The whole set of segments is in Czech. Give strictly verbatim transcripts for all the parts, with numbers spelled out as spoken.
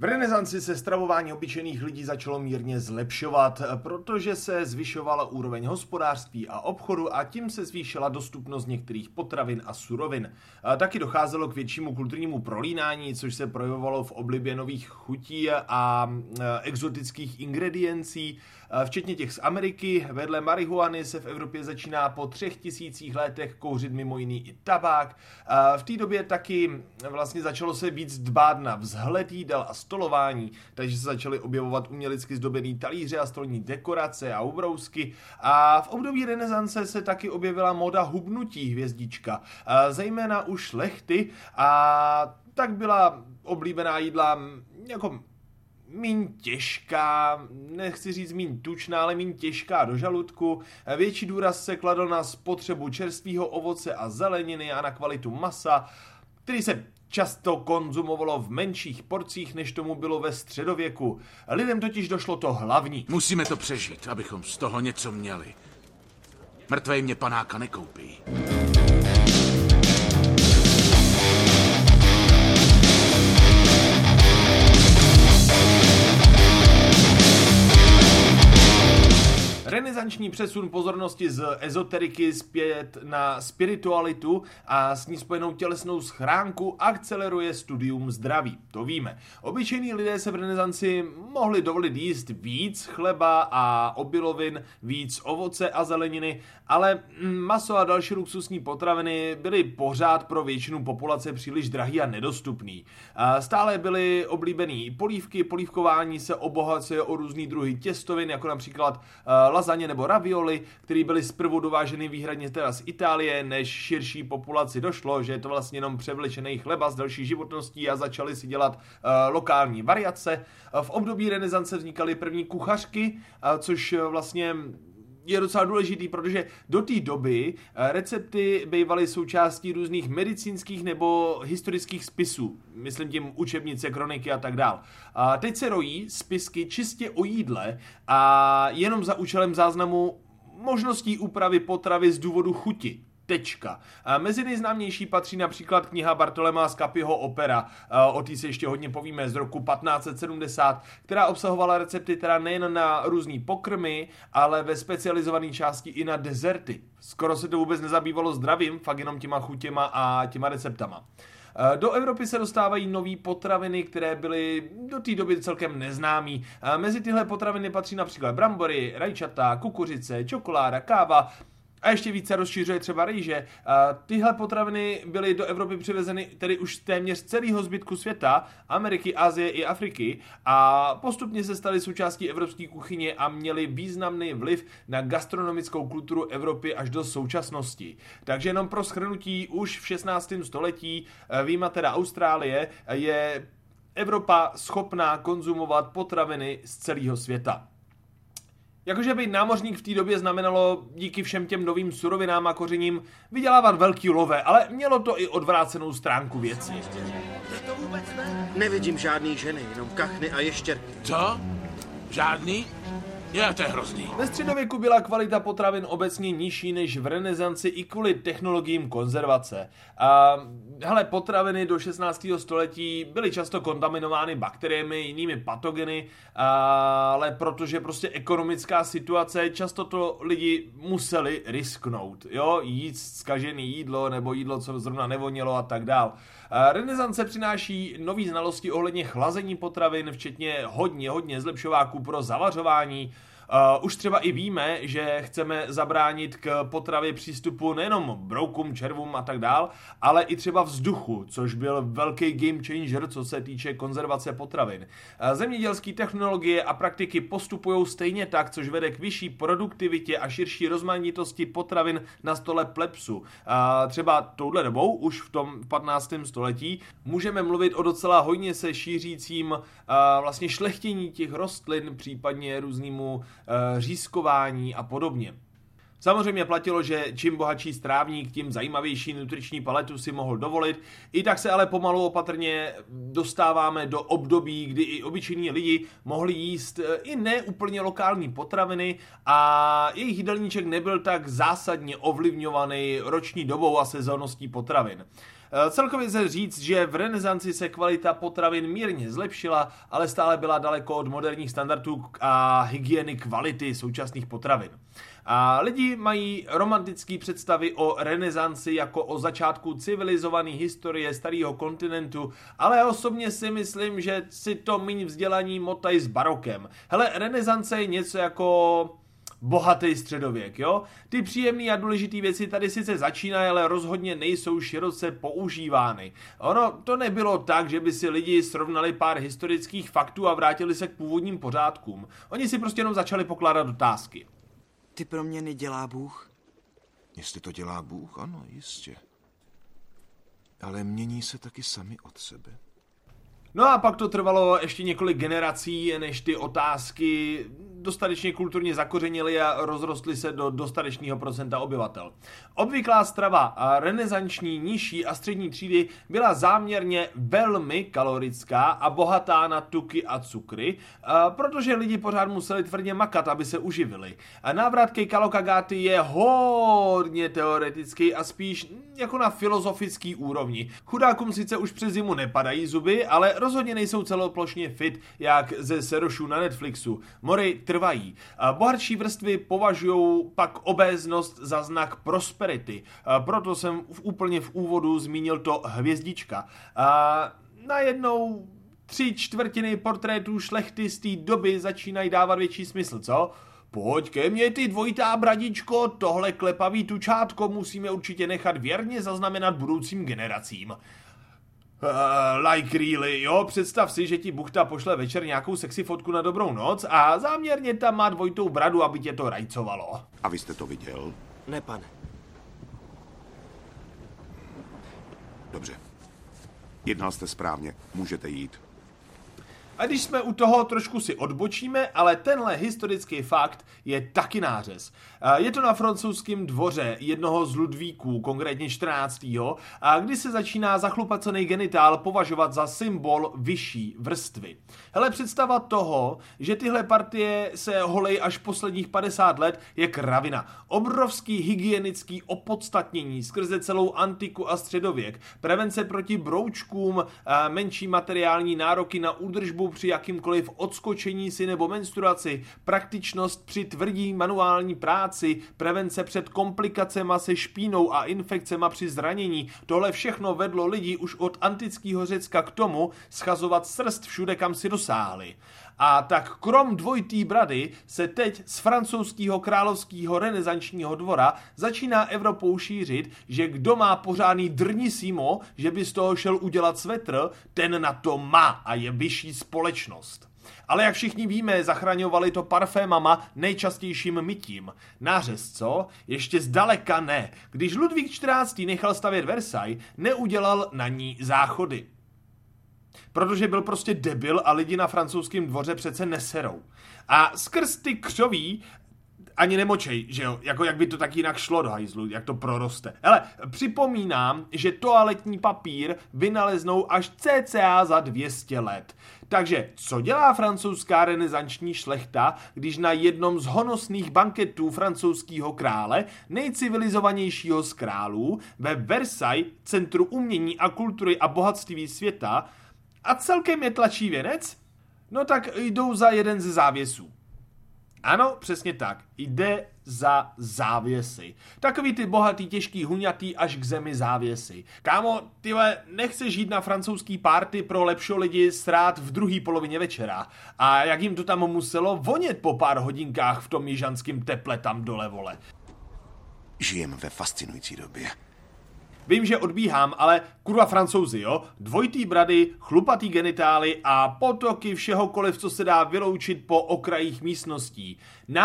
V renesanci se stravování obyčejných lidí začalo mírně zlepšovat, protože se zvyšovala úroveň hospodářství a obchodu a tím se zvýšila dostupnost některých potravin a surovin. A taky docházelo k většímu kulturnímu prolínání, což se projevovalo v oblibě nových chutí a exotických ingrediencí, včetně těch z Ameriky. Vedle marihuany se v Evropě začíná po třech tisících letech kouřit mimo jiný i tabák. A v té době taky vlastně začalo se víc dbát na vzhled jídel a stolování, takže se začaly objevovat umělecky zdobený talíře a stolní dekorace a ubrousky. A v období renesance se taky objevila móda hubnutí hvězdička, a zejména u šlechty, a tak byla oblíbená jídla jako míň těžká, nechci říct míň tučná, ale míň těžká do žaludku. Větší důraz se kladl na spotřebu čerstvého ovoce a zeleniny a na kvalitu masa, který se často konzumovalo v menších porcích, než tomu bylo ve středověku. Lidem totiž došlo to hlavní. Musíme to přežít, abychom z toho něco měli. Mrtvej mě panáka nekoupí. Renesanční přesun pozornosti z ezoteriky zpět na spiritualitu a s ní spojenou tělesnou schránku akceleruje studium zdraví. To víme. Obyčejní lidé se v renesanci mohli dovolit jíst víc chleba a obilovin, víc ovoce a zeleniny, ale maso a další luxusní potraviny byly pořád pro většinu populace příliš drahý a nedostupný. Stále byly oblíbený polívky, polívkování se obohacuje o různý druhy těstovin, jako například lasagne nebo ravioli, které byly zprvu dováženy výhradně teda z Itálie, než širší populaci došlo, že je to vlastně jenom převlečený chleba s další životností a začali si dělat uh, lokální variace. V období renesance vznikaly první kuchařky, uh, což vlastně je docela důležitý, protože do té doby recepty bývaly součástí různých medicínských nebo historických spisů. Myslím tím učebnice, kroniky a tak dál. A teď se rojí spisky čistě o jídle a jenom za účelem záznamu možností úpravy potravy z důvodu chuti. Tečka. A mezi nejznámější patří například kniha Bartolomea Scappiho Opera, o té se ještě hodně povíme, z roku patnáct set sedmdesát, která obsahovala recepty teda nejen na různý pokrmy, ale ve specializované části i na dezerty. Skoro se to vůbec nezabývalo zdravím, fakt jenom těma chutěma a těma receptama. Do Evropy se dostávají nové potraviny, které byly do té doby celkem neznámý. Mezi tyhle potraviny patří například brambory, rajčata, kukuřice, čokoláda, káva, a ještě více rozšiřuje třeba rýže. A tyhle potraviny byly do Evropy přivezeny tedy už z téměř celého zbytku světa, Ameriky, Asie i Afriky, a postupně se staly součástí evropské kuchyně a měly významný vliv na gastronomickou kulturu Evropy až do současnosti. Takže jenom pro shrnutí, už v šestnáctém století, vyjma teda Austrálie, je Evropa schopná konzumovat potraviny z celého světa. Jakože být námořník v té době znamenalo díky všem těm novým surovinám a kořením vydělávat velký lové, ale mělo to i odvrácenou stránku věci. Nevidím žádný ženy, jenom kachny a ještěrky. Co? Žádný? Je, to je hrozný. Ve středověku byla kvalita potravin obecně nižší než v renesanci i kvůli technologiím konzervace. A hele, potraviny do šestnáctého století byly často kontaminovány bakteriemi, jinými patogeny, ale protože prostě ekonomická situace, často to lidi museli risknout, jo, jít zkažený jídlo nebo jídlo, co zrovna nevonělo a tak dál. Renesance přináší nové znalosti ohledně chlazení potravin, včetně hodně, hodně zlepšováků pro zavařování. Uh, už třeba i víme, že chceme zabránit k potravě přístupu nejenom broukům, červům a tak dál, ale i třeba vzduchu, což byl velký game changer, co se týče konzervace potravin. Uh, zemědělské technologie a praktiky postupují stejně tak, což vede k vyšší produktivitě a širší rozmanitosti potravin na stole plebsu. Uh, třeba touhle dobou, už v tom patnáctém století, můžeme mluvit o docela hojně se šířícím uh, vlastně šlechtění těch rostlin, případně různýmu řízkování a podobně. Samozřejmě platilo, že čím bohatší strávník, tím zajímavější nutriční paletu si mohl dovolit. I tak se ale pomalu opatrně dostáváme do období, kdy i obyčejní lidi mohli jíst i ne úplně lokální potraviny a jejich jídelníček nebyl tak zásadně ovlivňovaný roční dobou a sezónností potravin. Celkově se říct, že v renesanci se kvalita potravin mírně zlepšila, ale stále byla daleko od moderních standardů a hygieny kvality současných potravin. A lidi mají romantické představy o renesanci jako o začátku civilizované historie starého kontinentu, ale osobně si myslím, že si to míň vzdělaní motají s barokem. Hele, renesance je něco jako bohatý středověk, jo? Ty příjemné a důležité věci tady sice začínají, ale rozhodně nejsou široce používány. Ono to nebylo tak, že by si lidi srovnali pár historických faktů a vrátili se k původním pořádkům. Oni si prostě jenom začali pokládat otázky. Ty proměny dělá Bůh? Jestli to dělá Bůh, ano, jistě. Ale mění se taky sami od sebe. No a pak to trvalo ještě několik generací, než ty otázky dostatečně kulturně zakořenily a rozrostly se do dostatečného procenta obyvatel. Obvyklá strava a renesanční nižší a střední třídy byla záměrně velmi kalorická a bohatá na tuky a cukry, protože lidi pořád museli tvrdě makat, aby se uživili. A návrat ke Kalokagáty je hodně teoretický a spíš jako na filozofický úrovni. Chudákům sice už přes zimu nepadají zuby, ale rozhodně nejsou celoplošně fit, jak ze serošů na Netflixu. Mory trvají. Bohatší vrstvy považují pak obéznost za znak prosperity. Proto jsem v, úplně v úvodu zmínil to hvězdička. A najednou tři čtvrtiny portrétů šlechty z té doby začínají dávat větší smysl, co? Pojď ke mně, ty dvojitá bradičko, tohle klepavý tučátko musíme určitě nechat věrně zaznamenat budoucím generacím. Uh, like really, jo, představ si, že ti buchta pošle večer nějakou sexy fotku na dobrou noc a záměrně tam má dvojitou bradu, aby tě to rajcovalo. A vy jste to viděl? Ne, pane. Dobře. Jednal jste správně, můžete jít. A když jsme u toho, trošku si odbočíme, ale tenhle historický fakt je taky nářez. Je to na francouzském dvoře jednoho z Ludvíků, konkrétně čtrnáctého a kdy se začíná zachlupacený genitál považovat za symbol vyšší vrstvy. Hele, představa toho, že tyhle partie se holej až posledních padesát let, je kravina. Obrovský hygienický opodstatnění skrze celou antiku a středověk, prevence proti broučkům, menší materiální nároky na údržbu při jakýmkoliv odskočení si nebo menstruaci, praktičnost při tvrdý manuální práci, prevence před komplikacema se špínou a infekcema při zranění. Tohle všechno vedlo lidi už od antického Řecka k tomu schazovat srst všude, kam si dosáhli. A tak krom dvojitý brady se teď z francouzského královského renesančního dvora začíná Evropou šířit, že kdo má pořádný drnisimo, že by z toho šel udělat svetr, ten na to má a je vyšší společnost. Ale jak všichni víme, zachraňovali to parfémama nejčastějším mytím. Nářez, co? Ještě zdaleka ne. Když Ludvík čtrnáctý nechal stavět Versailles, neudělal na ní záchody. Protože byl prostě debil a lidi na francouzském dvoře přece neserou. A skrz ty křoví ani nemočej, že jo, jako jak by to tak jinak šlo do hajzlu, jak to proroste. Hele, připomínám, že toaletní papír vynaleznou až cca za dvě stě let. Takže co dělá francouzská renesanční šlechta, když na jednom z honosných banketů francouzského krále, nejcivilizovanějšího z králů, ve Versailles, centru umění a kultury a bohatství světa, a celkem je tlačí věnec? No tak jdou za jeden ze závěsů. Ano, přesně tak. Jde za závěsy. Takový ty bohatý, těžký, huňatý až k zemi závěsy. Kámo, tyhle, nechceš jít na francouzský party pro lepšo lidi srát v druhé polovině večera. A jak jim to tam muselo vonět po pár hodinkách v tom jižanském teple tam dole, vole. Žijeme ve fascinující době. Vím, že odbíhám, ale kurva Francouzi, jo? Dvojitý brady, chlupatý genitály a potoky všehokoliv, co se dá vyloučit po okrajích místností.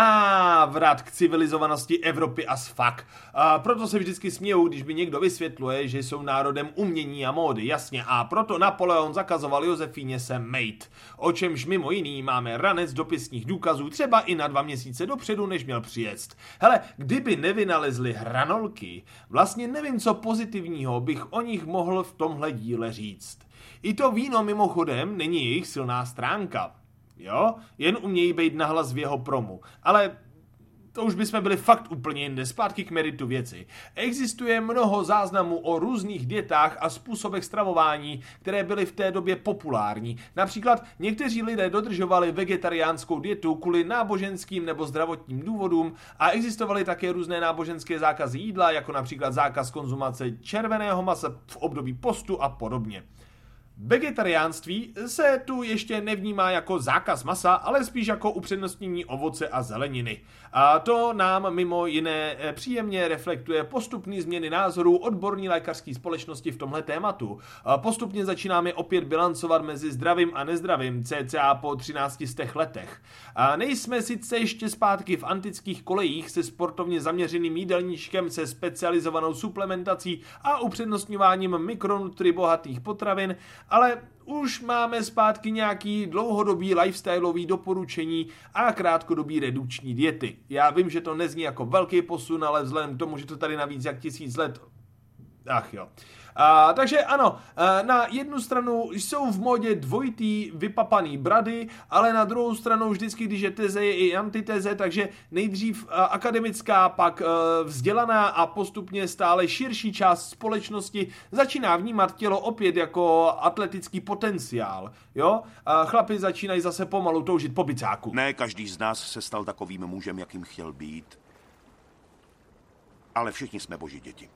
Návrat k civilizovanosti Evropy as fuck. A proto se vždycky smějou, když by někdo vysvětluje, že jsou národem umění a módy, jasně. A proto Napoleon zakazoval Josefíně se mejt. O čemž mimo jiný máme ranec dopisních důkazů třeba i na dva měsíce dopředu, než měl přijet. Hele, kdyby nevynalezli hranolky, vlastně nevím, co pozitivního bych o nich mohl v tomhle díle říct. I to víno mimochodem není jejich silná stránka. Jo? Jen umějí bejt nahlas v jeho promu. Ale to už bychom byli fakt úplně jinde, zpátky k meritu věci. Existuje mnoho záznamů o různých dietách a způsobech stravování, které byly v té době populární. Například někteří lidé dodržovali vegetariánskou dietu kvůli náboženským nebo zdravotním důvodům a existovaly také různé náboženské zákazy jídla, jako například zákaz konzumace červeného masa v období postu a podobně. Vegetariánství se tu ještě nevnímá jako zákaz masa, ale spíš jako upřednostnění ovoce a zeleniny. A to nám mimo jiné příjemně reflektuje postupné změny názorů odborní lékařské společnosti v tomhle tématu. A postupně začínáme opět bilancovat mezi zdravým a nezdravým, cca po třinácti stech letech. A nejsme sice ještě zpátky v antických kolejích se sportovně zaměřeným jídelníčkem se specializovanou suplementací a upřednostňováním mikronutri bohatých potravin, ale už máme zpátky nějaký dlouhodobý lifestyleový doporučení a krátkodobý redukční diety. Já vím, že to nezní jako velký posun, ale vzhledem k tomu, že to tady navíc jak tisíc let... Ach jo. A, takže ano, na jednu stranu jsou v modě dvojitý vypapaný brady, ale na druhou stranu vždycky, když je teze, je i antiteze, takže nejdřív akademická, pak vzdělaná a postupně stále širší část společnosti začíná vnímat tělo opět jako atletický potenciál. Jo? A chlapi začínají zase pomalu toužit po bicáku. Ne každý z nás se stal takovým mužem, jakým chtěl být, ale všichni jsme boží děti.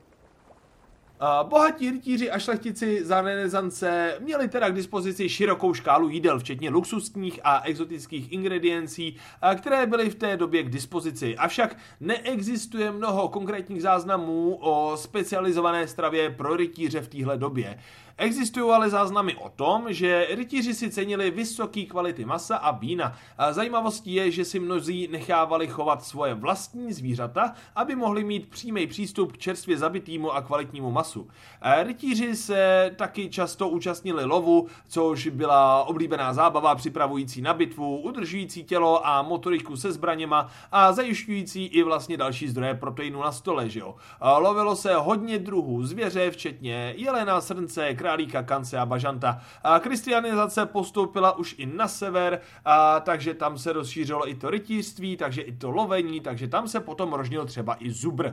Bohatí rytíři a šlechtici za renesance měli teda k dispozici širokou škálu jídel, včetně luxusních a exotických ingrediencí, které byly v té době k dispozici. Avšak neexistuje mnoho konkrétních záznamů o specializované stravě pro rytíře v téhle době. Existují ale záznamy o tom, že rytíři si cenili vysoké kvality masa a vína. A zajímavostí je, že si mnozí nechávali chovat svoje vlastní zvířata, aby mohli mít přímý přístup k čerstvě zabitýmu a kvalitnímu masu. A rytíři se taky často účastnili lovu, což byla oblíbená zábava připravující na bitvu, udržující tělo a motoriku se zbraněma a zajišťující i vlastně další zdroje proteinu na stole, že jo. A lovilo se hodně druhů zvěře, včetně jelena, srnce, králíka, kance a bažanta. A kristianizace postoupila už i na sever, a takže tam se rozšířilo i to rytířství, takže i to lovení, takže tam se potom rožnil třeba i zubr.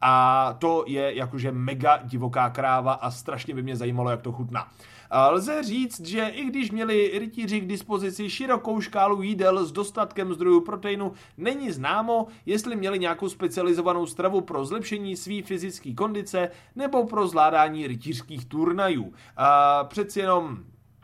A to je jakože mega divoká kráva a strašně by mě zajímalo, jak to chutná. A lze říct, že i když měli rytíři k dispozici širokou škálu jídel s dostatkem zdrojů proteinu, není známo, jestli měli nějakou specializovanou stravu pro zlepšení své fyzické kondice nebo pro zvládání rytířských turnajů. A přeci jenom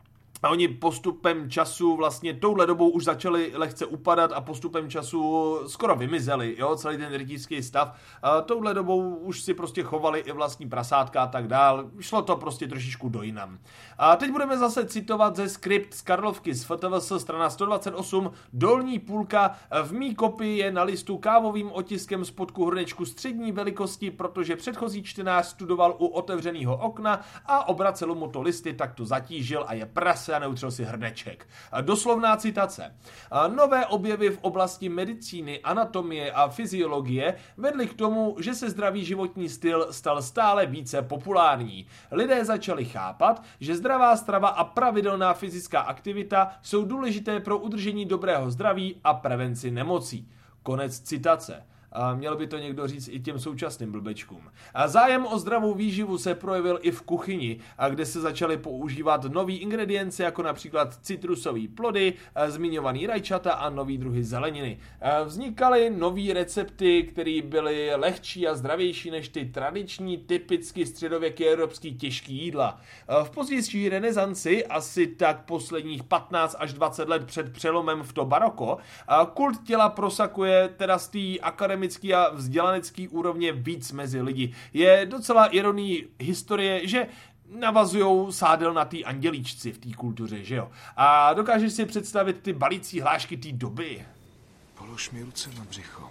a oni postupem času vlastně touhle dobou už začali lehce upadat a postupem času skoro vymizeli, jo, celý ten rytířský stav. A touhle dobou už si prostě chovali i vlastní prasátka a tak dál. Šlo to prostě trošičku do jinam. A teď budeme zase citovat ze skript z Karlovky z F T V S, strana sto dvacet osm, dolní půlka. V mý kopii je na listu kávovým otiskem spodku hrnečku střední velikosti, protože předchozí čtenář studoval u otevřeného okna a obracelo mu to listy, tak to zatížil a je prase a neutřel si hrneček. Doslovná citace. Nové objevy v oblasti medicíny, anatomie a fyziologie vedly k tomu, že se zdravý životní styl stal stále více populární. Lidé začali chápat, že zdravá strava a pravidelná fyzická aktivita jsou důležité pro udržení dobrého zdraví a prevenci nemocí. Konec citace. A měl by to někdo říct i těm současným blbečkům. A zájem o zdravou výživu se projevil i v kuchyni, a kde se začaly používat nový ingredience, jako například citrusové plody, zmiňovaný rajčata a nový druhy zeleniny. A vznikaly nový recepty, které byly lehčí a zdravější než ty tradiční, typicky středověké evropský těžký jídla. A v pozdější renesanci, asi tak posledních patnáct až dvacet let před přelomem v to baroko, a kult těla prosakuje teda z té akademické a vzdělanecký úrovně víc mezi lidi. Je docela ironí historie, že navazujou sádel na ty andělíčci v té kultuře, že jo? A dokážeš si představit ty balící hlášky té doby? Polož mi ruce na břicho.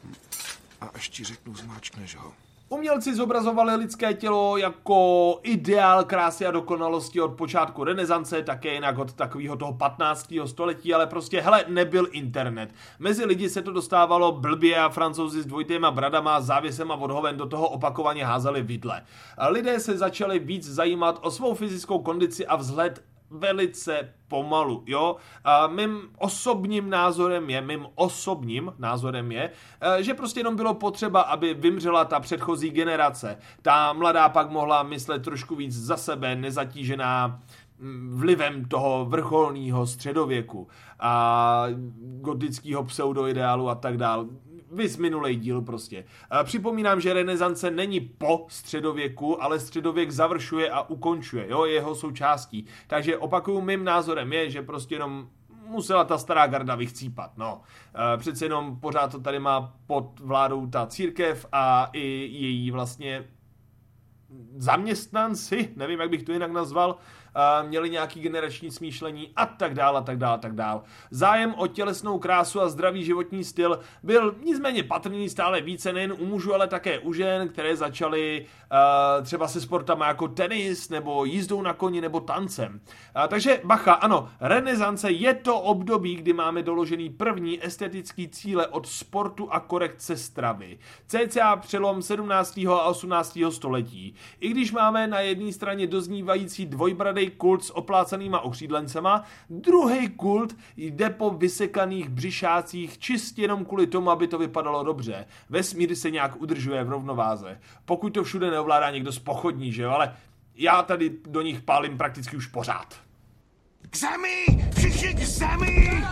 A až ti řeknu, zmáčkneš ho. Umělci zobrazovali lidské tělo jako ideál krásy a dokonalosti od počátku renesance, také jinak od takového toho patnáctého století, ale prostě, hele, nebyl internet. Mezi lidi se to dostávalo blbě a Francouzi s dvojitýma bradama, závěsem a odhoven do toho opakovaně házeli vidle. Lidé se začali víc zajímat o svou fyzickou kondici a vzhled velice pomalu, jo. A mým osobním názorem je, mým osobním názorem je, že prostě jenom bylo potřeba, aby vymřela ta předchozí generace. Ta mladá pak mohla myslet trošku víc za sebe, nezatížená vlivem toho vrcholného středověku a gotického pseudoideálu a tak dál. Vys minulej díl prostě. Připomínám, že renesance není po středověku, ale středověk završuje a ukončuje, jo, je jeho součástí. Takže opakuju, mým názorem je, že prostě jenom musela ta stará garda vychcípat, no. Přece jenom pořád to tady má pod vládou ta církev a i její vlastně zaměstnanci, nevím, jak bych to jinak nazval, měli nějaký generační smýšlení a tak dál a tak dál a tak dál. Zájem o tělesnou krásu a zdravý životní styl byl nicméně patrný stále více nejen u mužů, ale také u žen, které začaly uh, třeba se sportama jako tenis nebo jízdou na koni nebo tancem. Uh, takže bacha, ano, renesance je to období, kdy máme doložený první estetický cíle od sportu a korekce stravy. Cca přelom sedmnáctého a osmnáctého století. I když máme na jedné straně doznívající dvojbradý kult s oplácanýma okřídlencema, druhý kult jde po vysekaných břišácích čistě jenom kvůli tomu, aby to vypadalo dobře. Vesmír se nějak udržuje v rovnováze. Pokud to všude neovládá někdo z pochodní, že jo, ale já tady do nich pálím prakticky už pořád. K zemi! Všichni k zemi!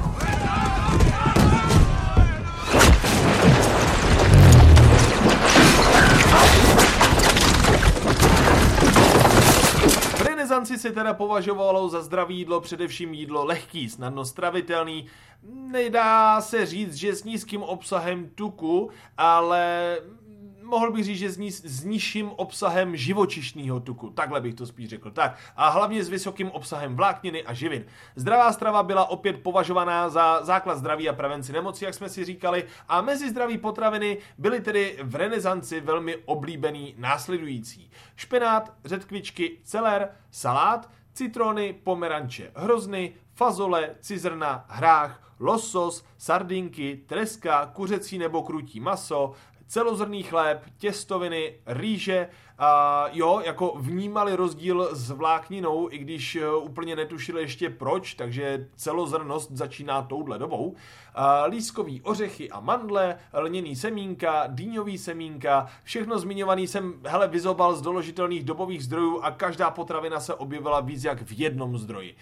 V renesanci se teda považovalo za zdravé jídlo především jídlo lehký, snadno stravitelný, nedá se říct, že s nízkým obsahem tuku, ale mohl bych říct, že s, ní, s nižším obsahem živočišného tuku, takhle bych to spíš řekl, tak, a hlavně s vysokým obsahem vlákniny a živin. Zdravá strava byla opět považovaná za základ zdraví a prevenci nemocí, jak jsme si říkali, a mezi zdraví potraviny byly tedy v renesanci velmi oblíbený následující: špenát, řetkvičky, celer, salát, citrony, pomeranče, hrozny, fazole, cizrna, hrách, losos, sardinky, treska, kuřecí nebo krutí maso, celozrnný chléb, těstoviny, rýže, a jo, jako vnímali rozdíl s vlákninou, i když úplně netušili ještě proč, takže celozrnost začíná touhle dobou. A lískový ořechy a mandle, lněný semínka, dýňový semínka, všechno zmiňovaný jsem, hele, vyzobal z doložitelných dobových zdrojů a každá potravina se objevila víc jak v jednom zdroji.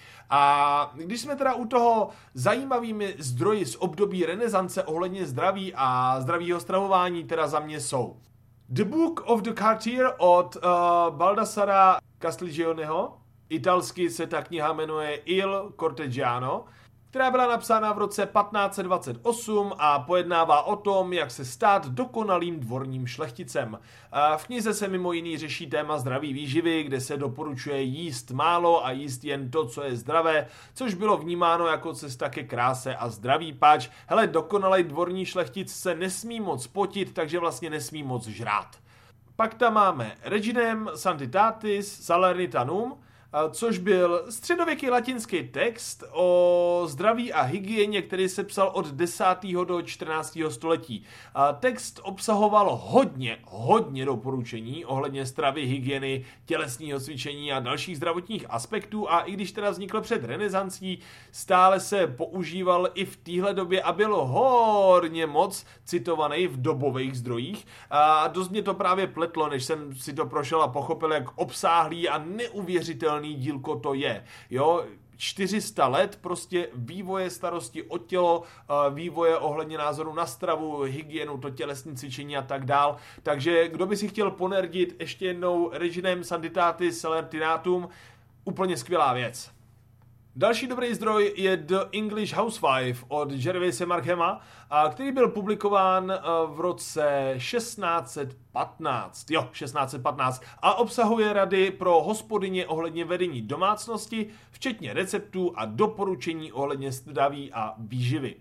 A když jsme teda u toho, zajímavými zdroji z období renesance ohledně zdraví a zdravého stravování teda za mě jsou The Book of the Cartier od uh, Baldassara Castiglioneho, italsky se ta kniha jmenuje Il Corteggiano, která byla napsána v roce patnáct set dvacet osm a pojednává o tom, jak se stát dokonalým dvorním šlechticem. V knize se mimo jiný řeší téma zdraví výživy, kde se doporučuje jíst málo a jíst jen to, co je zdravé, což bylo vnímáno jako cesta ke kráse a zdraví, pač, hele, dokonalý dvorní šlechtic se nesmí moc potit, takže vlastně nesmí moc žrát. Pak tam máme Reginem Santitatis Salernitanum, což byl středověký latinský text o zdraví a hygieně, který se psal od desátého do čtrnáctého století. Text obsahoval hodně, hodně doporučení ohledně stravy, hygieny, tělesního cvičení a dalších zdravotních aspektů, a i když teda vznikl před renesancí, stále se používal i v téhle době a byl hodně moc citovaný v dobových zdrojích. A dost mě to právě pletlo, než jsem si to prošel a pochopil, jak obsáhlý a neuvěřitelný dílko to je, jo, čtyři sta let prostě vývoje starosti o tělo, vývoje ohledně názoru na stravu, hygienu, to tělesní cvičení a tak dál, takže kdo by si chtěl ponerdit ještě jednou Reginem Santitatis Salernitanatum, úplně skvělá věc. Další dobrý zdroj je The English Housewife od Gervaise Markhama, který byl publikován v roce šestnáct set patnáct. Jo, šestnáct set patnáct. A obsahuje rady pro hospodyně ohledně vedení domácnosti, včetně receptů a doporučení ohledně zdraví a výživy.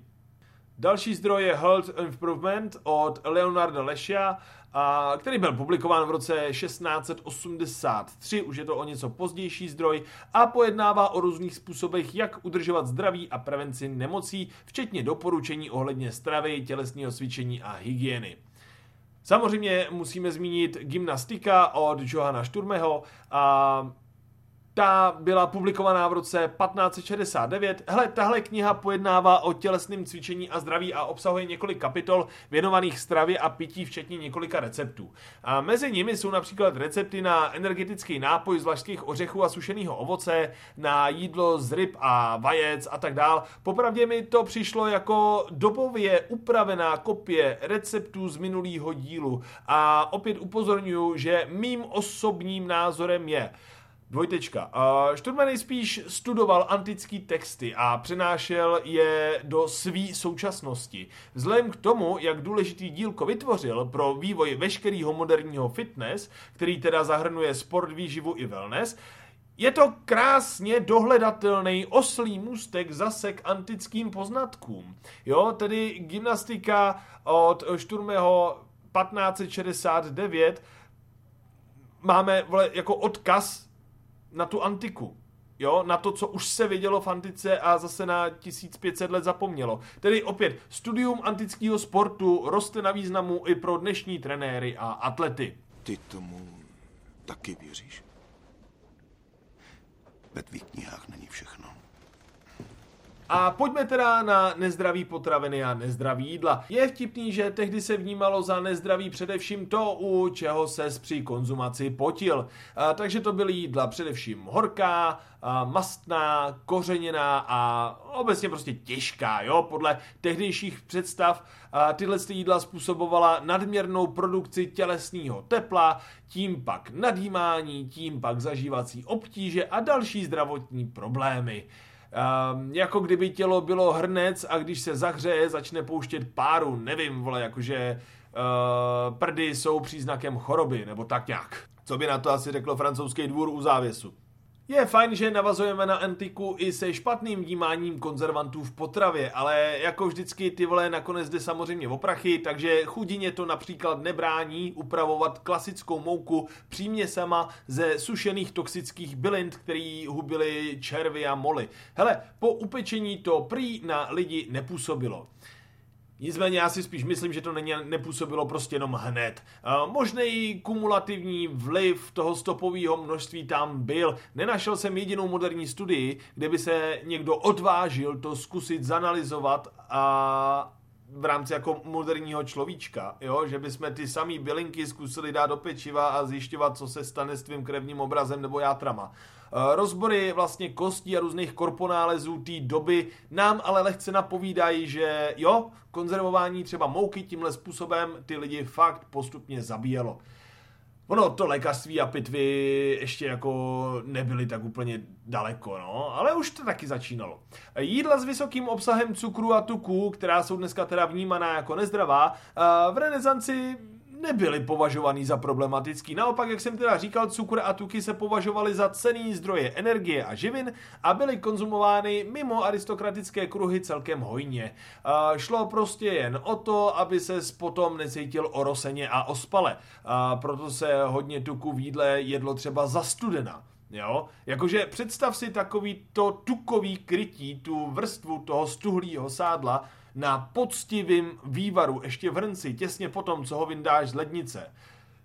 Další zdroj je Health Improvement od Leonarda Lešia, a který byl publikován v roce šestnáct set osmdesát tři, už je to o něco pozdější zdroj, a pojednává o různých způsobech, jak udržovat zdraví a prevenci nemocí, včetně doporučení ohledně stravy, tělesného cvičení a hygieny. Samozřejmě musíme zmínit Gymnastika od Johana Sturmeho, a Ta byla publikovaná v roce patnáct set šedesát devět. Hele, tahle kniha pojednává o tělesném cvičení a zdraví a obsahuje několik kapitol věnovaných stravě a pití, včetně několika receptů. A mezi nimi jsou například recepty na energetický nápoj z vlašských ořechů a sušeného ovoce, na jídlo z ryb a vajec a tak dál. Popravdě mi to přišlo jako dobově upravená kopie receptů z minulého dílu. A opět upozorňuji, že mým osobním názorem je, dvojtečka. Šturm nejspíš studoval antický texty a přenášel je do své současnosti. Vzhledem k tomu, jak důležitý dílko vytvořil pro vývoj veškerého moderního fitness, který teda zahrnuje sport, výživu i wellness, je to krásně dohledatelný oslý můstek zase k antickým poznatkům. Jo, tedy gymnastika od Šturmého patnáct set šedesát devět máme vole, jako odkaz na tu antiku, jo, na to, co už se vědělo v antice a zase na tisíc pět set let zapomnělo. Tedy opět, studium antického sportu roste na významu i pro dnešní trenéry a atlety. Ty tomu taky věříš? Ve tvých knihách není všechno. A pojďme teda na nezdravý potraviny a nezdravý jídla. Je vtipný, že tehdy se vnímalo za nezdravý především to, u čeho ses při konzumaci potil. A, takže to byly jídla především horká, a, mastná, kořeněná a obecně prostě těžká, jo, podle tehdejších představ. A, tyhle jídla způsobovala nadměrnou produkci tělesného tepla, tím pak nadýmání, tím pak zažívací obtíže a další zdravotní problémy. Um, jako kdyby tělo bylo hrnec a když se zahřeje, začne pouštět páru, nevím, vole, jakože uh, prdy jsou příznakem choroby, nebo tak nějak. Co by na to asi řeklo francouzský dvůr u závěsu. Je fajn, že navazujeme na antiku i se špatným vnímáním konzervantů v potravě, ale jako vždycky ty vole nakonec jde samozřejmě o prachy, takže chudině to například nebrání upravovat klasickou mouku příměsama ze sušených toxických bylin, který hubily červy a moly. Hele, po upečení to prý na lidi nepůsobilo. Nicméně já si spíš myslím, že to není, nepůsobilo prostě jenom hned. Možný kumulativní vliv toho stopového množství tam byl. Nenašel jsem jedinou moderní studii, kde by se někdo odvážil to zkusit zanalyzovat a v rámci jako moderního človíčka, jo? Že bychom ty samý bylinky zkusili dát do pečiva a zjišťovat, co se stane s tvým krevním obrazem nebo játrama. Rozbory vlastně kostí a různých korponálezů té doby nám ale lehce napovídají, že jo, konzervování třeba mouky tímhle způsobem ty lidi fakt postupně zabíjelo. Ono, to lékařství a pitvy ještě jako nebyly tak úplně daleko, no, ale už to taky začínalo. Jídla s vysokým obsahem cukru a tuků, která jsou dneska teda vnímaná jako nezdravá, v renesanci nebyly považovaný za problematický. Naopak, jak jsem teda říkal, cukr a tuky se považovaly za cenný zdroje energie a živin a byly konzumovány mimo aristokratické kruhy celkem hojně. A šlo prostě jen o to, aby ses potom necítil oroseně a ospale. A proto se hodně tuku v jídle jedlo třeba za studena. Jo? Jakože představ si takový to tukový krytí, tu vrstvu toho stuhlýho sádla na poctivým vývaru, ještě v hrnci, těsně potom, co ho vyndáš z lednice.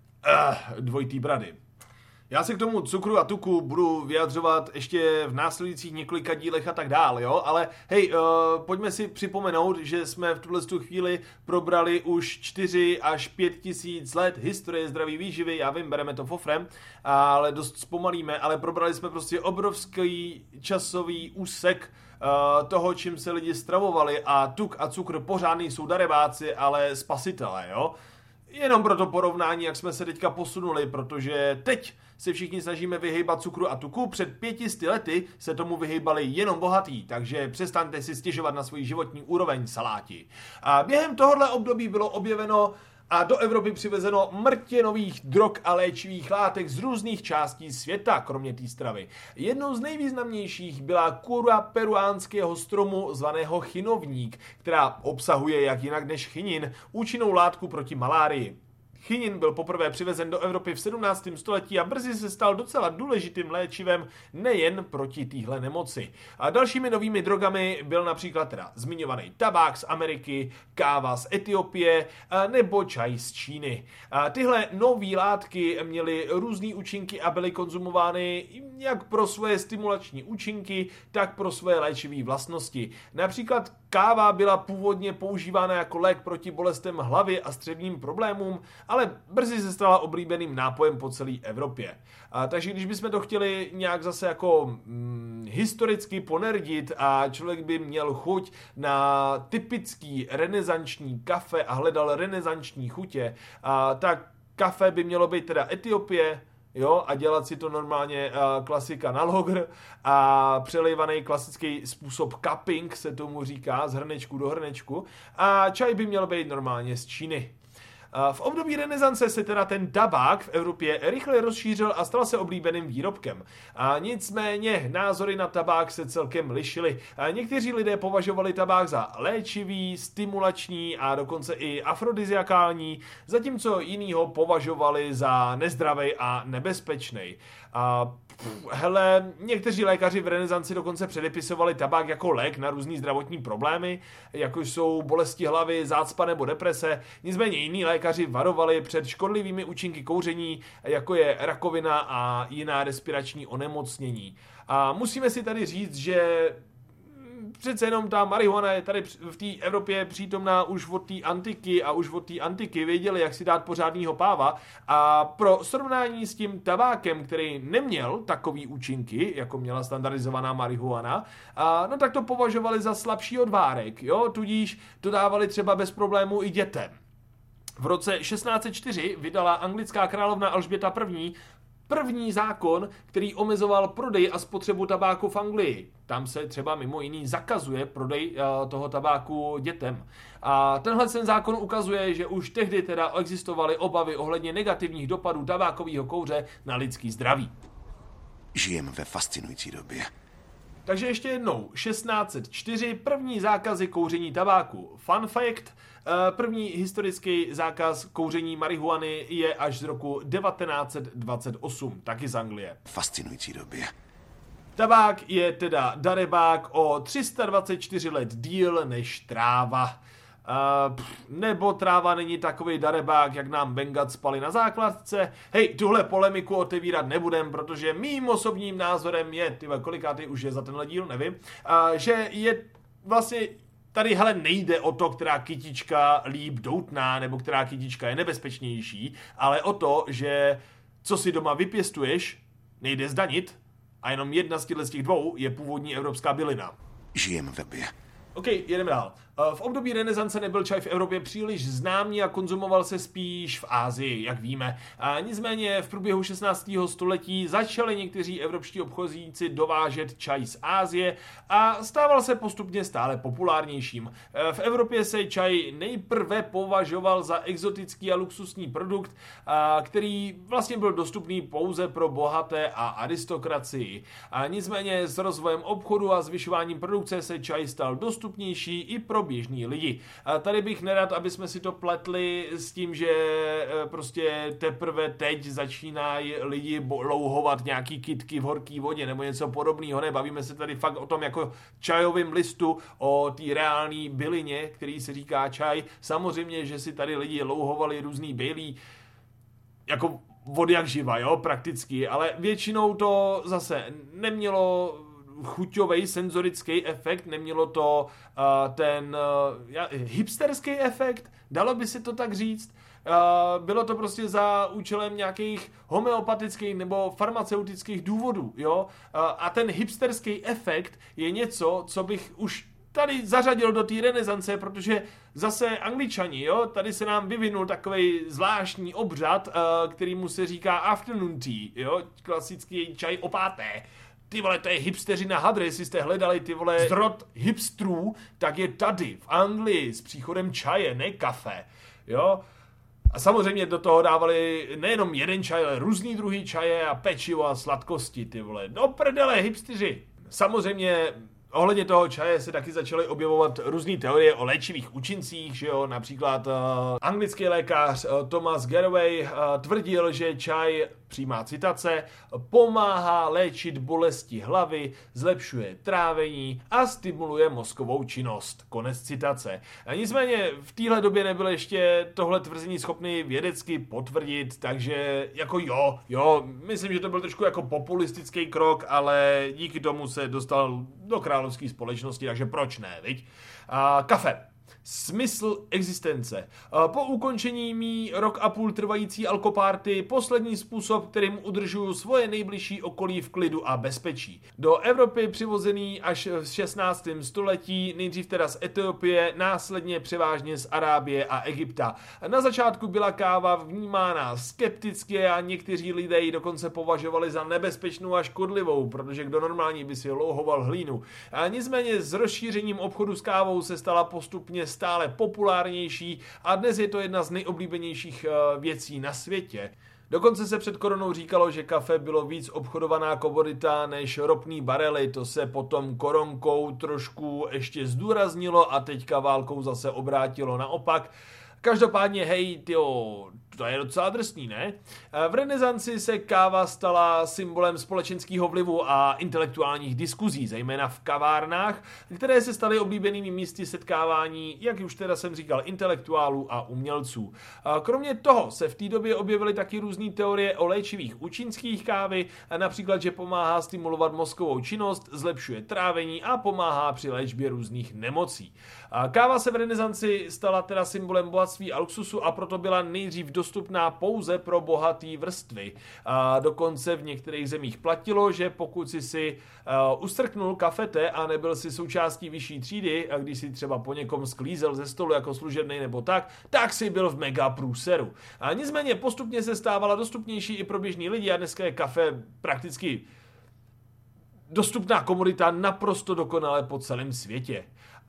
Uh, dvojitý brady. Já se k tomu cukru a tuku budu vyjadřovat ještě v následujících několika dílech a tak dál, jo, ale hej, uh, pojďme si připomenout, že jsme v tuhle chvíli probrali už čtyři až pět tisíc let historie zdraví výživy, já vím, bereme to fofrem, ale dost zpomalíme, ale probrali jsme prostě obrovský časový úsek uh, toho, čím se lidi stravovali a tuk a cukr pořád nejsou darebáci, ale spasitelé, jo. Jenom pro to porovnání, jak jsme se teďka posunuli, protože teď se všichni snažíme vyhejbat cukru a tuku, před pětisty lety se tomu vyhejbali jenom bohatí, takže přestaňte si stěžovat na svůj životní úroveň, saláti. A během tohohle období bylo objeveno a do Evropy přivezeno mrtě nových drog a léčivých látek z různých částí světa, kromě té stravy. Jednou z nejvýznamnějších byla kůra peruánského stromu zvaného chinovník, která obsahuje jak jinak než chinin účinnou látku proti malárii. Chinin byl poprvé přivezen do Evropy v sedmnáctém století a brzy se stal docela důležitým léčivem nejen proti téhle nemoci. A dalšími novými drogami byl například teda zmiňovaný tabák z Ameriky, káva z Etiopie nebo čaj z Číny. A tyhle nové látky měly různý účinky a byly konzumovány jak pro svoje stimulační účinky, tak pro svoje léčivé vlastnosti. Například káva byla původně používána jako lék proti bolestem hlavy a střevním problémům, ale brzy se stala oblíbeným nápojem po celé Evropě. A takže když bychom to chtěli nějak zase jako hm, historicky ponerdit a člověk by měl chuť na typický renesanční kafe a hledal renesanční chutě, a tak kafe by mělo být teda Etiopie, jo, a dělat si to normálně uh, klasika na logr a přelejvaný klasický způsob cupping se tomu říká, z hrnečku do hrnečku, a čaj by měl být normálně z Číny. V období renesance se teda ten tabák v Evropě rychle rozšířil a stal se oblíbeným výrobkem. A nicméně názory na tabák se celkem lišily. A někteří lidé považovali tabák za léčivý, stimulační a dokonce i afrodiziakální, zatímco jiní ho považovali za nezdravý a nebezpečný. A hele, někteří lékaři v renesanci dokonce předepisovali tabák jako lék na různý zdravotní problémy, jako jsou bolesti hlavy, zácpa nebo deprese. Nicméně jiní lékaři varovali před škodlivými účinky kouření, jako je rakovina a jiná respirační onemocnění. A musíme si tady říct, že přece jenom ta marihuana je tady v té Evropě přítomná už od té antiky a už od té antiky věděli, jak si dát pořádnýho páva, a pro srovnání s tím tabákem, který neměl takový účinky, jako měla standardizovaná marihuana, a no tak to považovali za slabší odvárek, jo, tudíž to dávali třeba bez problémů i dětem. V roce šestnáct set čtyři vydala anglická královna Alžběta I. první zákon, který omezoval prodej a spotřebu tabáku v Anglii. Tam se třeba mimo jiný zakazuje prodej uh, toho tabáku dětem. A tenhle ten zákon ukazuje, že už tehdy teda existovaly obavy ohledně negativních dopadů tabákového kouře na lidský zdraví. Žijeme ve fascinující době. Takže ještě jednou, šestnáct set čtyři, první zákazy kouření tabáku. Fun fact, první historický zákaz kouření marihuany je až z roku devatenáct set dvacet osm, taky z Anglie. Fascinující době. Tabák je teda darebák o tři sta dvacet čtyři let díl než tráva. Uh, nebo tráva není takový darebák, jak nám Bengat spali na základce. Hej, tuhle polemiku otevírat nebudem, protože mým osobním názorem je, tyhle, kolikátý už je za tenhle díl, nevím, uh, že je vlastně tady, hele, nejde o to, která kytička líp doutná, nebo která kytička je nebezpečnější, ale o to, že co si doma vypěstuješ, nejde zdanit a jenom jedna z těch dvou je původní evropská bylina. Žijeme v době. OK, jedeme dál. V období renesance nebyl čaj v Evropě příliš známý a konzumoval se spíš v Asii, jak víme. A nicméně v průběhu šestnáctého století začali někteří evropští obchodníci dovážet čaj z Asie a stával se postupně stále populárnějším. V Evropě se čaj nejprve považoval za exotický a luxusní produkt, který vlastně byl dostupný pouze pro bohaté a aristokracii. A nicméně s rozvojem obchodu a zvyšováním produkce se čaj stal dostupnější i pro běžní lidi. A tady bych nerad, aby jsme si to pletli s tím, že prostě teprve teď začínají lidi louhovat nějaký kytky v horké vodě nebo něco podobného. Nebavíme se tady fakt o tom jako čajovém listu, o té reální bylině, který se říká čaj. Samozřejmě, že si tady lidi louhovali různý bylí, jako vody jak živa, jo, prakticky, ale většinou to zase nemělo chuťový senzorický efekt, nemělo to uh, ten uh, hipsterský efekt, dalo by se to tak říct. Uh, bylo to prostě za účelem nějakých homeopatických nebo farmaceutických důvodů, jo. Uh, a ten hipsterský efekt je něco, co bych už tady zařadil do té renesance, protože zase Angličani, jo, tady se nám vyvinul takovej zvláštní obřad, uh, kterýmu se říká afternoon tea, jo, klasický čaj o páté. Ty vole, to je hipsteřina hadry, jestli jste hledali ty vole zdrot hipstrů, tak je tady v Anglii s příchodem čaje, ne kafe, jo. A samozřejmě do toho dávali nejenom jeden čaj, ale různý druhý čaje a pečivo a sladkosti, ty vole. Do prdele, hipsteři. Samozřejmě Ohledně toho čaje se taky začaly objevovat různé teorie o léčivých účincích, že jo, například uh, anglický lékař uh, Thomas Garraway uh, tvrdil, že čaj, přímá citace, pomáhá léčit bolesti hlavy, zlepšuje trávení a stimuluje mozkovou činnost. Konec citace. A nicméně v téhle době nebyl ještě tohle tvrzení schopný vědecky potvrdit, takže jako jo, jo, myslím, že to byl trošku jako populistický krok, ale díky tomu se dostal do královské společnosti, takže proč ne, viď? A kafe. Smysl existence. Po ukončení mý rok a půl trvající alkoparty poslední způsob, kterým udržuju svoje nejbližší okolí v klidu a bezpečí. Do Evropy přivozený až v šestnáctém století, nejdřív teda z Etiopie, následně převážně z Arábie a Egypta. Na začátku byla káva vnímána skepticky a někteří lidé ji dokonce považovali za nebezpečnou a škodlivou, protože kdo normální by si louhoval hlínu. A nicméně s rozšířením obchodu s kávou se stala postupně stále populárnější a dnes je to jedna z nejoblíbenějších věcí na světě. Dokonce se před koronou říkalo, že kafe bylo víc obchodovaná komodita než ropný barely, to se potom koronkou trošku ještě zdůraznilo a teďka válkou zase obrátilo naopak. Každopádně, hej, tyjo, to je docela drsný, ne? V renesanci se káva stala symbolem společenského vlivu a intelektuálních diskuzí, zejména v kavárnách, které se staly oblíbenými místy setkávání, jak už teda jsem říkal, intelektuálů a umělců. Kromě toho se v té době objevily taky různé teorie o léčivých účincích kávy, například, že pomáhá stimulovat mozkovou činnost, zlepšuje trávení a pomáhá při léčbě různých nemocí. Káva se v renesanci stala teda symbolem bohatství a luxusu a proto byla nejdřív dostupná pouze pro bohatý vrstvy. A dokonce v některých zemích platilo, že pokud si si uh, ustrknul kafete a nebyl si součástí vyšší třídy, a když si třeba po někom sklízel ze stolu jako služebnej nebo tak, tak si byl v mega průseru. A nicméně postupně se stávala dostupnější i pro běžný lidi a dneska je kafe prakticky dostupná komodita naprosto dokonale po celém světě.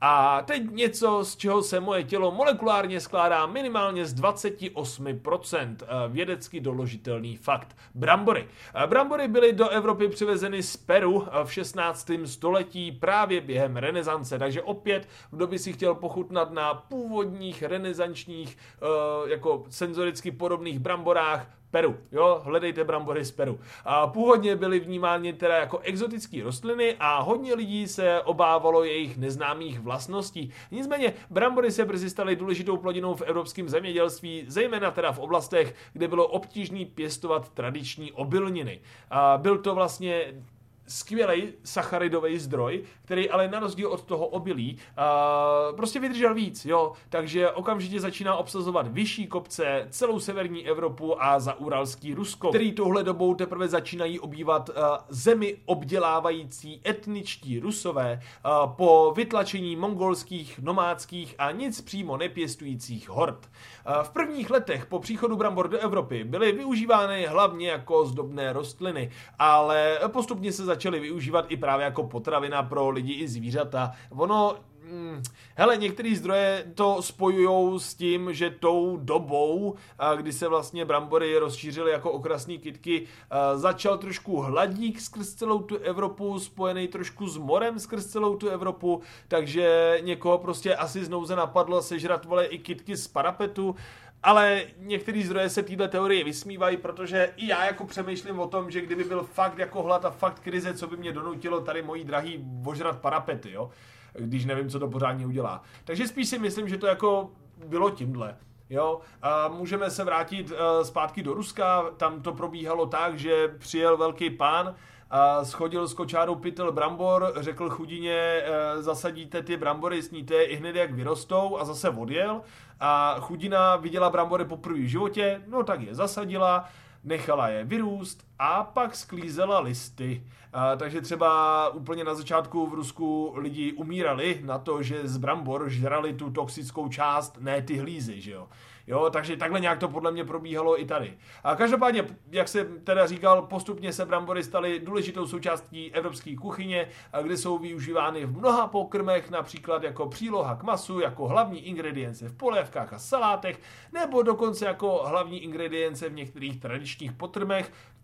A teď něco, z čeho se moje tělo molekulárně skládá minimálně z dvacet osm procent, vědecky doložitelný fakt. Brambory. Brambory byly do Evropy přivezeny z Peru v šestnáctém století právě během renesance, takže opět, kdo by si chtěl pochutnat na původních renesančních, jako senzoricky podobných bramborách, Peru, jo, hledejte brambory z Peru. A původně byly vnímány teda jako exotické rostliny a hodně lidí se obávalo jejich neznámých vlastností. Nicméně brambory se brzy staly důležitou plodinou v evropském zemědělství, zejména teda v oblastech, kde bylo obtížné pěstovat tradiční obilniny. A byl to vlastně skvělej sacharidový zdroj, který ale na rozdíl od toho obilí uh, prostě vydržel víc, jo, takže okamžitě začíná obsazovat vyšší kopce, celou severní Evropu a zauralský Rusko, který touhle dobou teprve začínají obývat uh, zemi obdělávající etničtí Rusové uh, po vytlačení mongolských, nomádských a nic přímo nepěstujících hord. Uh, v prvních letech po příchodu brambor do Evropy byly využívány hlavně jako zdobné rostliny, ale postupně se začaly začaly využívat i právě jako potravina pro lidi i zvířata. Ono, hm, hele, některé zdroje to spojujou s tím, že tou dobou, kdy se vlastně brambory rozšířily jako okrasné kytky, začal trošku hladík skrz celou tu Evropu, spojený trošku s morem skrz celou tu Evropu, takže někoho prostě asi znouze napadlo sežrat, vole, i kytky z parapetu. Ale některé zdroje se této teorie vysmívají, protože i já jako přemýšlím o tom, že kdyby byl fakt jako hlad a fakt krize, co by mě donutilo tady mojí drahý ožrat parapety, jo? Když nevím, co to pořádně udělá. Takže spíš si myslím, že to jako bylo tímhle. Jo? A můžeme se vrátit uh, zpátky do Ruska, tam to probíhalo tak, že přijel velký pán, a schodil s kočárou pytel brambor, řekl chudině, zasadíte ty brambory, sníte je i hned jak vyrostou a zase odjel. A chudina viděla brambory poprvé v životě, no tak je zasadila, nechala je vyrůst a pak sklízela listy. A, takže třeba úplně na začátku v Rusku lidi umírali na to, že z brambor žrali tu toxickou část, ne ty hlízy, že jo. Jo, takže takhle nějak to podle mě probíhalo i tady. A každopádně, jak jsem teda říkal, postupně se brambory staly důležitou součástí evropské kuchyně, kde jsou využívány v mnoha pokrmech, například jako příloha k masu, jako hlavní ingredience v polévkách a salátech, nebo dokonce jako hlavní ingredience v některých tradičních pokrmech,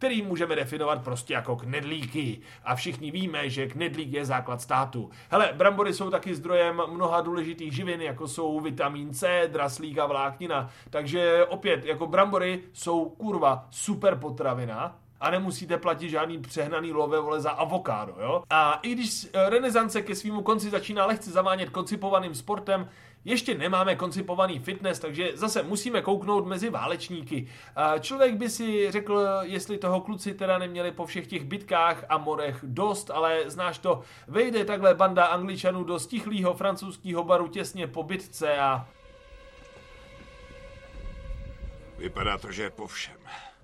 který můžeme definovat prostě jako knedlíky. A všichni víme, že knedlík je základ státu. Hele, brambory jsou taky zdrojem mnoha důležitých živin, jako jsou vitamin C, draslík a vláknina. Takže opět, jako brambory jsou kurva super potravina, a nemusíte platit žádný přehnaný lové vole za avokádo, jo? A i když renesance ke svýmu konci začíná lehce zavánět koncipovaným sportem, ještě nemáme koncipovaný fitness, takže zase musíme kouknout mezi válečníky. Člověk by si řekl, jestli toho kluci teda neměli po všech těch bitkách a morech dost, ale znáš to, vejde takhle banda Angličanů do stichlýho francouzského baru těsně po bitce a... Vypadá to, že je po všem.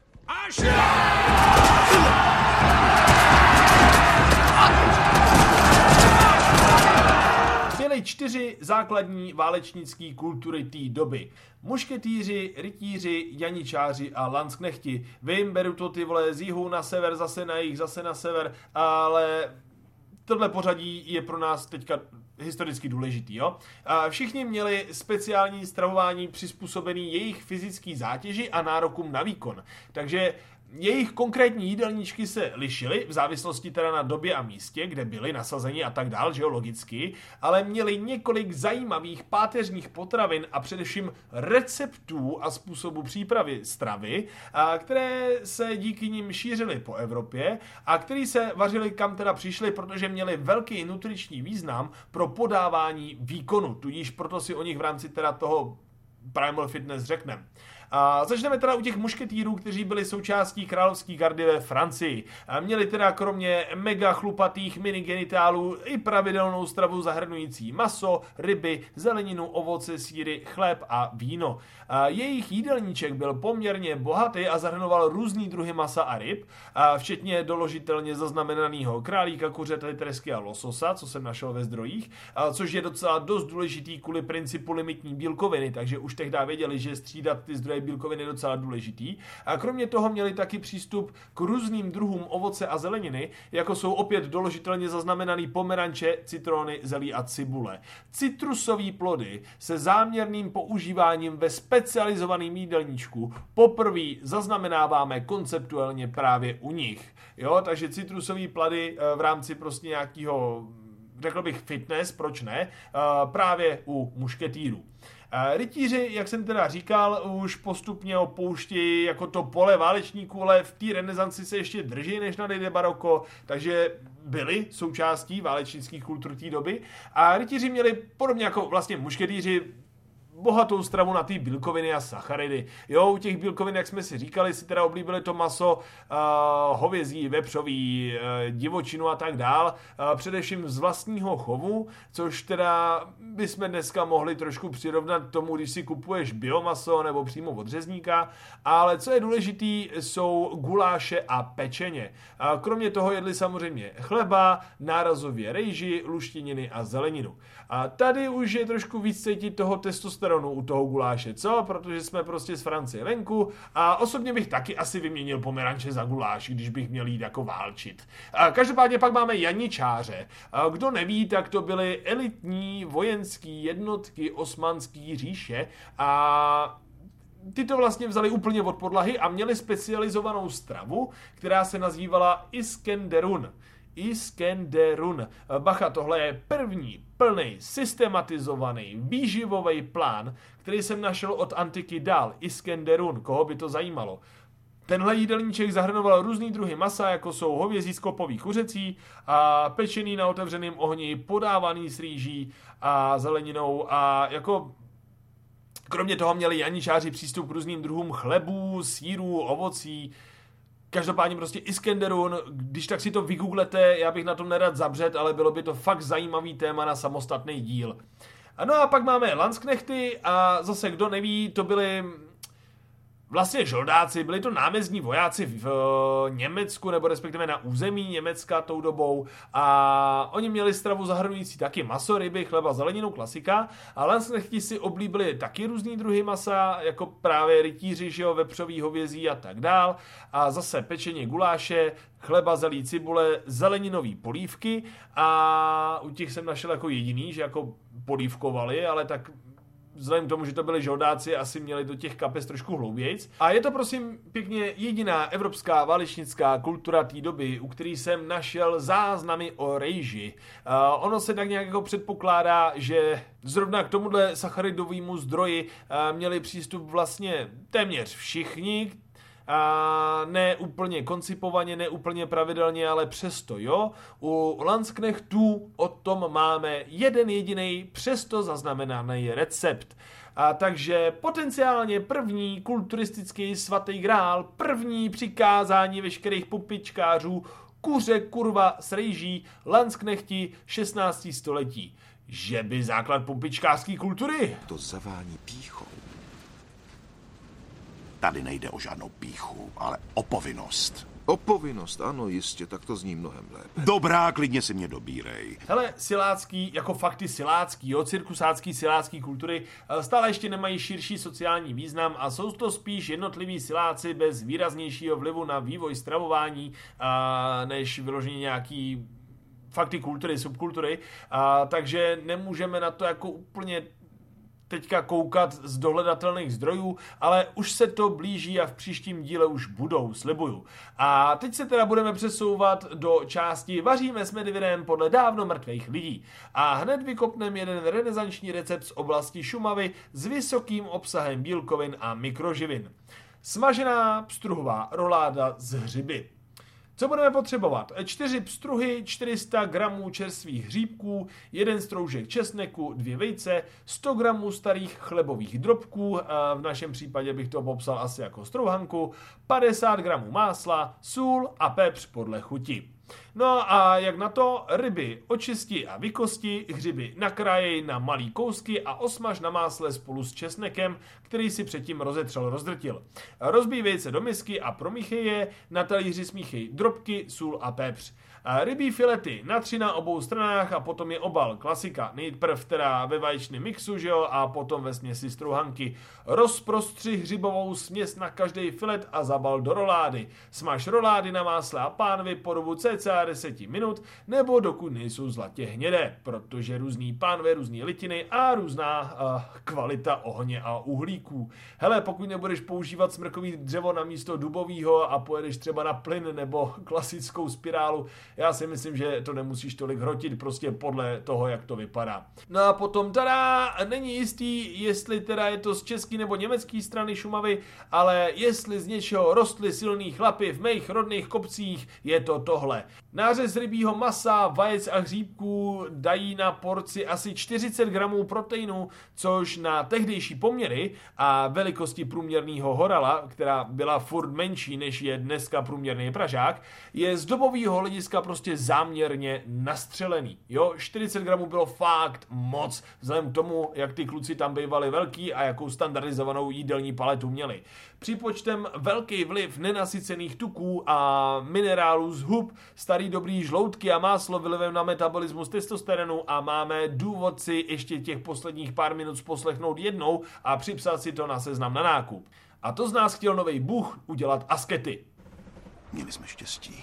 Byly čtyři základní válečnické kultury té doby. Mušketýři, rytíři, janičáři a lansknechti. Vím, beru to ty vole z jihu na sever, zase na jih, zase na sever, ale tohle pořadí je pro nás teďka historicky důležitý, jo? A všichni měli speciální stravování přizpůsobený jejich fyzické zátěži a nárokům na výkon. Takže jejich konkrétní jídelníčky se lišily v závislosti teda na době a místě, kde byly nasazeni a tak dál, že jo, logicky, ale měli několik zajímavých páteřních potravin a především receptů a způsobu přípravy stravy, a které se díky nim šířily po Evropě a který se vařili kam teda přišli, protože měli velký nutriční význam pro podávání výkonu, tudíž proto si o nich v rámci teda toho Primal Fitness řekneme. A začneme teda u těch mušketýrů, kteří byli součástí královské gardy ve Francii. A měli teda kromě mega chlupatých minigenitálů i pravidelnou stravu zahrnující maso, ryby, zeleninu, ovoce, sýry, chléb a víno. A jejich jídelníček byl poměrně bohatý a zahrnoval různý druhy masa a ryb, a včetně doložitelně zaznamenaného králíka, kuřete, tresky a lososa, co jsem našel ve zdrojích, a což je docela dost důležitý kvůli principu limitní bílkoviny, takže už tehdy věděli, že střídat ty zdroje bílkovin je docela důležitý. A kromě toho měli taky přístup k různým druhům ovoce a zeleniny, jako jsou opět doložitelně zaznamenaný pomeranče, citrony, zelí a cibule. Citrusové plody se záměrným používáním ve specializovaném jídelníčku poprvé zaznamenáváme konceptuálně právě u nich. Jo, takže citrusové plody v rámci prostě nějakého, řekl bych, fitness, proč ne, právě u mušketýrů. Rytíři, jak jsem teda říkal, už postupně opouštějí jako to pole válečníků, ale v té renesanci se ještě drží, než nadejde baroko, takže byli součástí válečnických kultur té doby. A rytíři měli podobně jako vlastně mušketýři bohatou stravu na ty bílkoviny a sacharidy. Jo, u těch bílkovin, jak jsme si říkali, si teda oblíbili to maso, uh, hovězí, vepřový, uh, divočinu a tak dál, uh, především z vlastního chovu, což teda bychom dneska mohli trošku přirovnat tomu, když si kupuješ biomaso nebo přímo od řezníka, ale co je důležitý, jsou guláše a pečeně. Uh, kromě toho jedli samozřejmě chleba, nárazově rejži, luštěniny a zeleninu. A tady už je trošku víc cítit toho testosteronu u toho guláše, co? Protože jsme prostě z Francie venku a osobně bych taky asi vyměnil pomeranče za guláš, když bych měl jít jako válčit. A každopádně pak máme janičáře. A kdo neví, tak to byly elitní vojenské jednotky Osmanské říše a ty to vlastně vzali úplně od podlahy a měli specializovanou stravu, která se nazývala Iskenderun. Iskenderun. Bacha, tohle je první plný, systematizovaný, výživový plán, který jsem našel od antiky dál. Iskenderun, koho by to zajímalo. Tenhle jídelníček zahrnoval různý druhy masa, jako jsou hovězí, skopový, kuřecí a pečený na otevřeném ohni, podávaný s rýží a zeleninou a jako kromě toho měli janičáři přístup k různým druhům chlebů, sýrů, ovocí. Každopádně prostě Iskenderun, když tak si to vygooglete, já bych na tom nerad zabřet, ale bylo by to fakt zajímavý téma na samostatný díl. No a pak máme Landsknechty a zase kdo neví, to byli vlastně žoldáci, byli to námezdní vojáci v Německu, nebo respektive na území Německa tou dobou a oni měli stravu zahrnující taky maso, ryby, chleba, zeleninu, klasika a Landsknechti si oblíbili taky různý druhy masa, jako právě rytíři, že jo, vepřový, hovězí a tak dál a zase pečeně guláše, chleba, zelí, cibule, zeleninový polívky a u těch jsem našel jako jediný, že jako polívkovali, ale tak vzhledem k tomu, že to byli žoldáci, asi měli do těch kapes trošku hloubějc. A je to prosím pěkně jediná evropská válečnická kultura té doby, u který jsem našel záznamy o rejži. Uh, ono se tak nějak jako předpokládá, že zrovna k tomuhle sacharidovému zdroji uh, měli přístup vlastně téměř všichni, a ne úplně koncipovaně, ne úplně pravidelně, ale přesto, jo. U Landsknechtů o tom máme jeden jediný přesto zaznamenaný recept. A takže potenciálně první kulturistický svatý grál, první přikázání veškerých popičkářů, kuře kurva s rejží, Landsknechti šestnáctého století. Že by základ popičkářské kultury? To zavání pýchou. Tady nejde o žádnou pýchu, ale o povinnost. O povinnost, ano, jistě, tak to zní mnohem lépe. Dobrá, klidně si mě dobírej. Hele, silácký, jako fakty silácký, jo, cirkusácký silácký kultury stále ještě nemají širší sociální význam a jsou to spíš jednotliví siláci bez výraznějšího vlivu na vývoj stravování, a, než vyloženě nějaký fakty kultury, subkultury, a, takže nemůžeme na to jako úplně teďka koukat z dohledatelných zdrojů, ale už se to blíží a v příštím díle už budou, slibuju. A teď se teda budeme přesouvat do části Vaříme s Medvědem podle dávno mrtvých lidí. A hned vykopneme jeden renesanční recept z oblasti Šumavy s vysokým obsahem bílkovin a mikroživin. Smažená pstruhová roláda z hřiby. Co budeme potřebovat? čtyři pstruhy, čtyři sta gramů čerstvých hříbků, jeden stroužek česneku, dvě vejce, sto gramů starých chlebových drobků, v našem případě bych to popsal asi jako strouhanku, padesát gramů másla, sůl a pepř podle chuti. No a jak na to? Ryby očisti a vykosti, hřiby nakrájej na malý kousky a osmaž na másle spolu s česnekem, který si předtím rozetřel, rozdrtil. Rozbij vejce do misky a promíchej je, na talíři smíchej drobky, sůl a pepř. A rybí filety natři na obou stranách a potom je obal, klasika, nejprv teda ve vaječném mixu, že jo, a potom ve směsi strouhanky. Rozprostři hřibovou směs na každý filet a zabal do rolády. Smaž rolády na másle a pánvi po dobu cca deset minut, nebo dokud nejsou zlatě hnědé, protože různý pánve, různý litiny a různá uh, kvalita ohně a uhlíků. Hele, pokud nebudeš používat smrkový dřevo na místo dubového a pojedeš třeba na plyn nebo klasickou spirálu, já si myslím, že to nemusíš tolik hrotit, prostě podle toho, jak to vypadá. No a potom tada, není jistý, jestli teda je to z české nebo německé strany Šumavy, ale jestli z něčeho rostly silný chlapy v mých rodných kopcích, je to tohle. Nářez rybího masa, vajec a hříbků dají na porci asi čtyřicet gramů proteinu, což na tehdejší poměry a velikosti průměrného horala, která byla furt menší, než je dneska průměrný pražák, je z dobového hlediska prostě záměrně nastřelený. Jo, čtyřicet gramů bylo fakt moc, vzhledem k tomu, jak ty kluci tam bývali velký a jakou standardizovanou jídelní paletu měli. Připočtem velký vliv nenasycených tuků a minerálů z hub, starý dobrý žloutky a máslo vlivem na metabolismus testosteronu a máme důvod si ještě těch posledních pár minut poslechnout jednou a připsat si to na seznam na nákup. A to z nás chtěl novej bůh udělat askety. Měli jsme štěstí.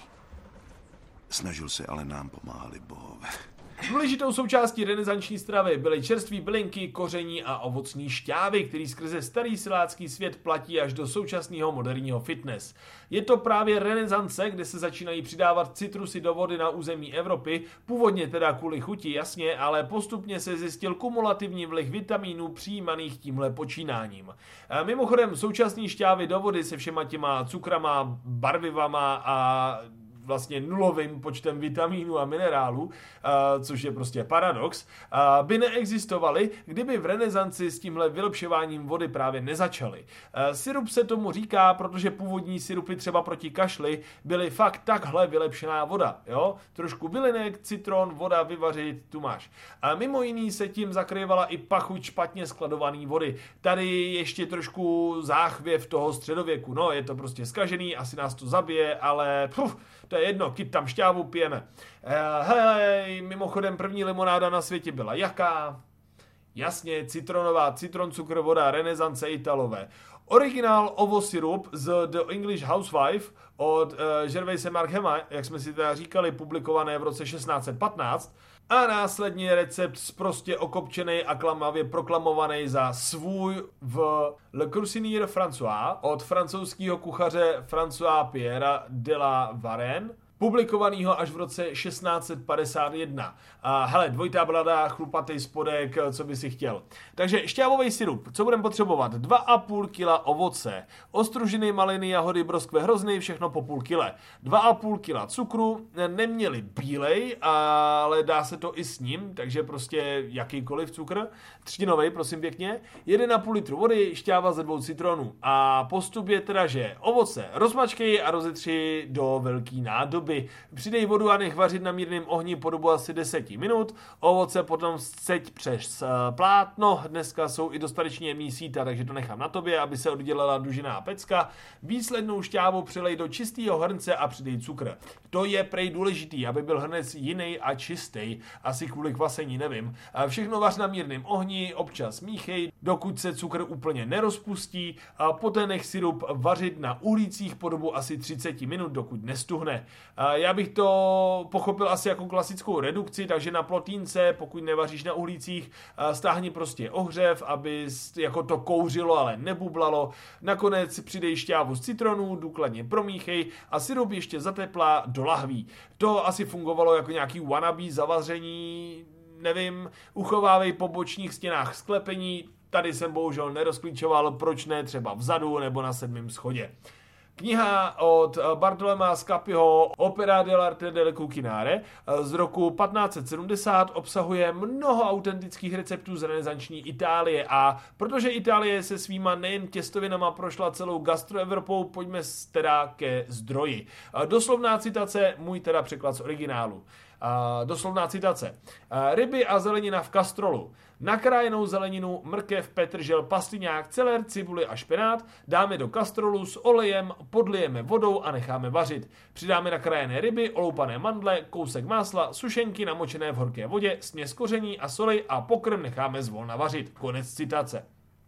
Snažil se, ale nám pomáhali bohové. Důležitou součástí renesanční stravy byly čerství bylinky, koření a ovocní šťávy, který skrze starý silácký svět platí až do současného moderního fitness. Je to právě renesance, kde se začínají přidávat citrusy do vody na území Evropy, původně teda kvůli chuti, jasně, ale postupně se zjistil kumulativní vliv vitamínů přijímaných tímhle počínáním. A mimochodem současné šťávy do vody se všema těma cukrama, barvivama a vlastně nulovým počtem vitamínů a minerálů, uh, což je prostě paradox, uh, by neexistovaly, kdyby v renesanci s tímhle vylepšováním vody právě nezačaly. Uh, sirup se tomu říká, protože původní sirupy třeba proti kašli byly fakt takhle vylepšená voda, jo? Trošku bylinek, citron, voda, vyvařit, tu máš. A mimo jiný se tím zakrývala i pachuť špatně skladovaný vody. Tady ještě trošku záchvěv toho středověku, no je to prostě zkažený, asi nás to zabije, ale puf, to je jedno, kyt tam šťávu pijeme. Hele, mimochodem první limonáda na světě byla jaká? Jasně, citronová, citron, cukr, voda, renesance Italové. Originál ovosirup z The English Housewife od uh, Gervaise Markhama, jak jsme si teda říkali, publikované v roce šestnáct set patnáct, A následně recept sprostě okopčený a klamavě proklamovaný za svůj v Le Cuisinier François od francouzského kuchaře François Pierre de la Varenne, publikovanýho až v roce šestnáct set padesát jedna. A hele, dvojitá blada, chlupatý spodek, co by si chtěl. Takže šťávový sirup, co budeme potřebovat? dva a půl kila ovoce, ostružiny, maliny, jahody, broskve, hrozny, všechno po půl kile. dva a půl kila cukru, neměli bílej, ale dá se to i s ním, takže prostě jakýkoliv cukr. Třtinovej, prosím pěkně. jeden a půl litru vody, šťáva ze dvou citronů. A postup je teda, že ovoce rozmačkej a rozetři do velký nádoby. Přidej vodu a nech vařit na mírném ohni po dobu asi deset minut. Ovoce potom sceď přes plátno. Dneska jsou i dostatečně jemný síta, takže to nechám na tobě, aby se oddělala dužiná pecka. Výslednou šťávu přilej do čistého hrnce a přidej cukr. To je prej důležitý, aby byl hrnec jiný a čistý. Asi kvůli kvasení, nevím. Všechno vař na mírném ohni, občas míchej, dokud se cukr úplně nerozpustí. A poté nech sirup vařit na uhlících po dobu asi třicet minut, dokud nestuhne. Já bych to pochopil asi jako klasickou redukci, takže na plotínce, pokud nevaříš na uhlících, stáhni prostě ohřev, aby jako to kouřilo, ale nebublalo. Nakonec přidej šťávu z citronů, důkladně promíchej a sirup ještě zateplá do lahví. To asi fungovalo jako nějaký wannabe zavaření, nevím, uchovávej po bočních stěnách sklepení, tady jsem bohužel nerozklíčoval, proč ne třeba vzadu nebo na sedmém schodě. Kniha od Bartolomea Scapiho Opera dell'arte del cucinare z roku patnáct set sedmdesát obsahuje mnoho autentických receptů z renesanční Itálie a protože Itálie se svýma nejen těstovinama prošla celou gastroevropou, pojďme teda ke zdroji. Doslovná citace, můj teda překlad z originálu. Uh, doslovná citace. Uh, ryby a zelenina v kastrolu. Nakrájenou zeleninu, mrkev, petržel, pastyňák, celer, cibuli a špenát dáme do kastrolu s olejem, podlijeme vodou a necháme vařit. Přidáme nakrájené ryby, oloupané mandle, kousek másla, sušenky namočené v horké vodě, směs koření a soli a pokrm necháme zvolna vařit. Konec citace.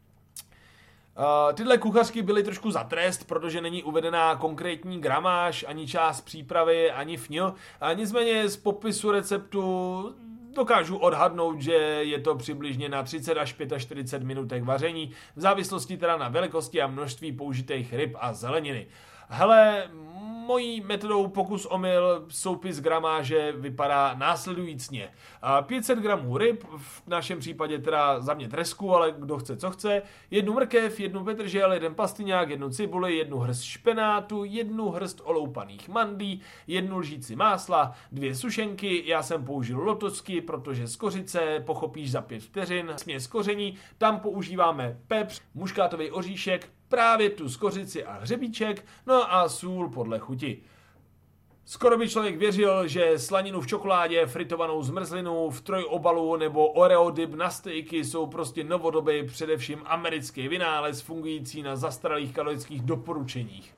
Uh, tyhle kuchařky byly trošku za trest, protože není uvedená konkrétní gramáž, ani část přípravy, ani fňl. A nicméně z popisu receptu dokážu odhadnout, že je to přibližně na třicet až čtyřicet pět minutek vaření, v závislosti teda na velikosti a množství použitých ryb a zeleniny. Hele, mojí metodou pokus omyl soupis gramáže vypadá následujícně. pět set gramů ryb, v našem případě teda za mě tresku, ale kdo chce, co chce, jednu mrkev, jednu petržel, jeden pastyňák, jednu cibuli, jednu hrst špenátu, jednu hrst oloupaných mandlí, jednu lžíci másla, dvě sušenky, já jsem použil lotosky, protože z kořice pochopíš za pět vteřin, směs koření, tam používáme pepř, muškátový oříšek, právě tu skořici a hřebíček, no a sůl podle chuti. Skoro by člověk věřil, že slaninu v čokoládě, fritovanou zmrzlinu v trojobalu nebo Oreo dip na stejky jsou prostě novodobý, především americký vynález fungující na zastaralých kalorických doporučeních.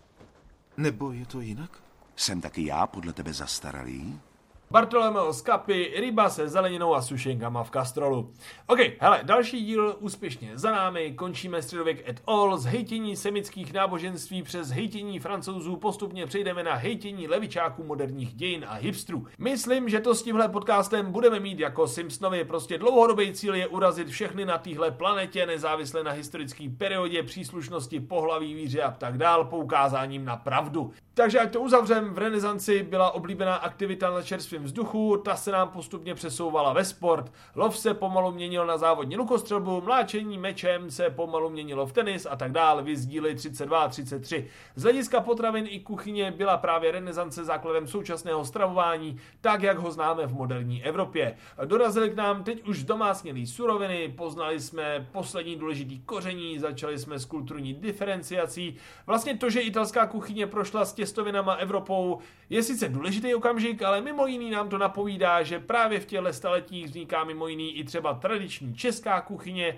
Nebo je to jinak? Jsem taky já podle tebe zastaralý? Bartolomeo Scapi, ryba se zeleninou a sušenkama v kastrolu. OK, hele, další díl úspěšně za námi, končíme středověk et al. Z hejtění semických náboženství přes hejtění Francouzů postupně přejdeme na hejtění levičáků moderních dějin a hipstrů. Myslím, že to s tímhle podcastem budeme mít jako Simpsonovi, prostě dlouhodobý cíl je urazit všechny na téhle planetě, nezávisle na historické periodě, příslušnosti, pohlaví, víře a tak dál, poukázáním na pravdu. Takže ať to uzavřem, v renesanci byla oblíbená aktivita na čerstvém vzduchu, ta se nám postupně přesouvala ve sport. Lov se pomalu měnil na závodní lukostřelbu, mláčení mečem se pomalu měnilo v tenis a tak dál, vyzdíly třicet dva a třicet tři. Z hlediska potravin i kuchyně byla právě renesance základem současného stravování, tak jak ho známe v moderní Evropě. Dorazily k nám teď už zdomácnělý suroviny, poznali jsme poslední důležitý koření, začali jsme s kulturní diferenciací. Vlastně to, že italská kuchyně prošla s těstovinama Evropou, je sice důležitý okamžik, ale mimo jiný nám to napovídá, že právě v těchto staletích vzniká mimo jiný i třeba tradiční česká kuchyně,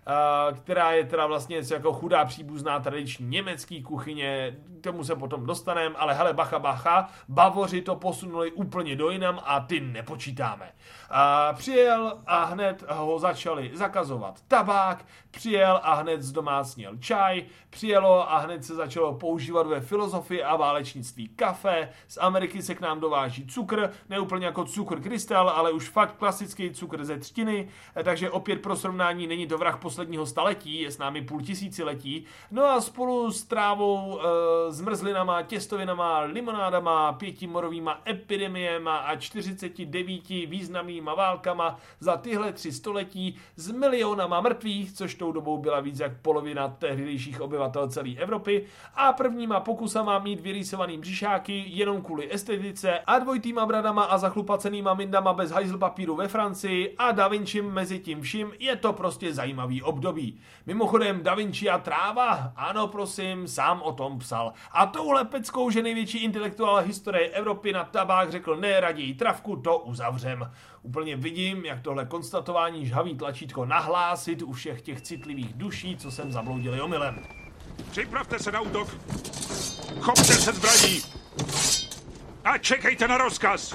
která je teda vlastně jako chudá příbuzná tradiční německý kuchyně, k tomu se potom dostaneme, ale hele, bacha, bacha, Bavoři to posunuli úplně do jinam a ty nepočítáme. A přijel a hned ho začali zakazovat tabák, přijel a hned zdomácněl čaj, přijelo a hned se začalo používat ve filozofii a válečnictví kafe, z Ameriky se k nám dováží cukr, ne úplně jako cukr krystal, ale už fakt klasický cukr ze třtiny, takže opět pro srovnání není to vrah posledního staletí, je s námi půl tisíciletí, no a spolu s trávou, e, zmrzlinama, těstovinama, limonádama, pětimorovýma epidemiema a čtyřiceti devíti významnýma válkama za tyhle tři století s milionama mrtvých, což tou dobou byla víc jak polovina tehdejších obyvatel celé Evropy a prvníma pokusama mít vyrýsovaný břišáky jenom kvůli estetice a dvojitýma bradama a zachlupacenýma mindama bez hajzl papíru ve Francii a Da Vincim mezi tím vším je to prostě zajímavý období. Mimochodem Da Vinci a tráva? Ano, prosím, sám o tom psal. A touhle peckou, že největší intelektuál historie Evropy na tabák řekl ne, raději travku, to uzavřem. Úplně vidím, jak tohle konstatování žhaví tlačítko nahlásit u všech těch citlivých duší, co jsem zabloudili omylem. Připravte se na útok. Chopte se zbraní. A čekejte na rozkaz.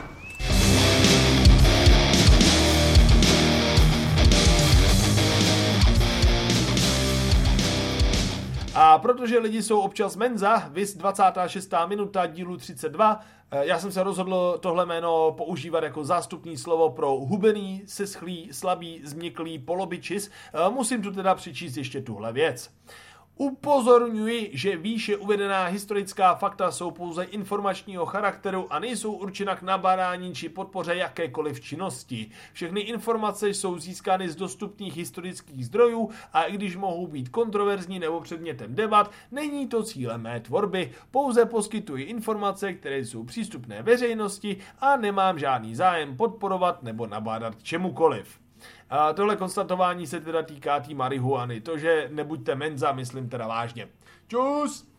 A protože lidi jsou občas menza, viz dvacátá šestá minuta dílu třicet dva, já jsem se rozhodl tohle jméno používat jako zástupní slovo pro hubený, seschlý, slabý, změklý polobičis. Musím tu teda přečíst ještě tuhle věc. Upozorňuji, že výše uvedená historická fakta jsou pouze informačního charakteru a nejsou určena k nabádání či podpoře jakékoliv činnosti. Všechny informace jsou získány z dostupných historických zdrojů a i když mohou být kontroverzní nebo předmětem debat, není to cílem mé tvorby. Pouze poskytuji informace, které jsou přístupné veřejnosti a nemám žádný zájem podporovat nebo nabádat k čemukoliv. A tohle konstatování se teda týká tý marihuany, to, že nebuďte menza, myslím teda vážně. Čus!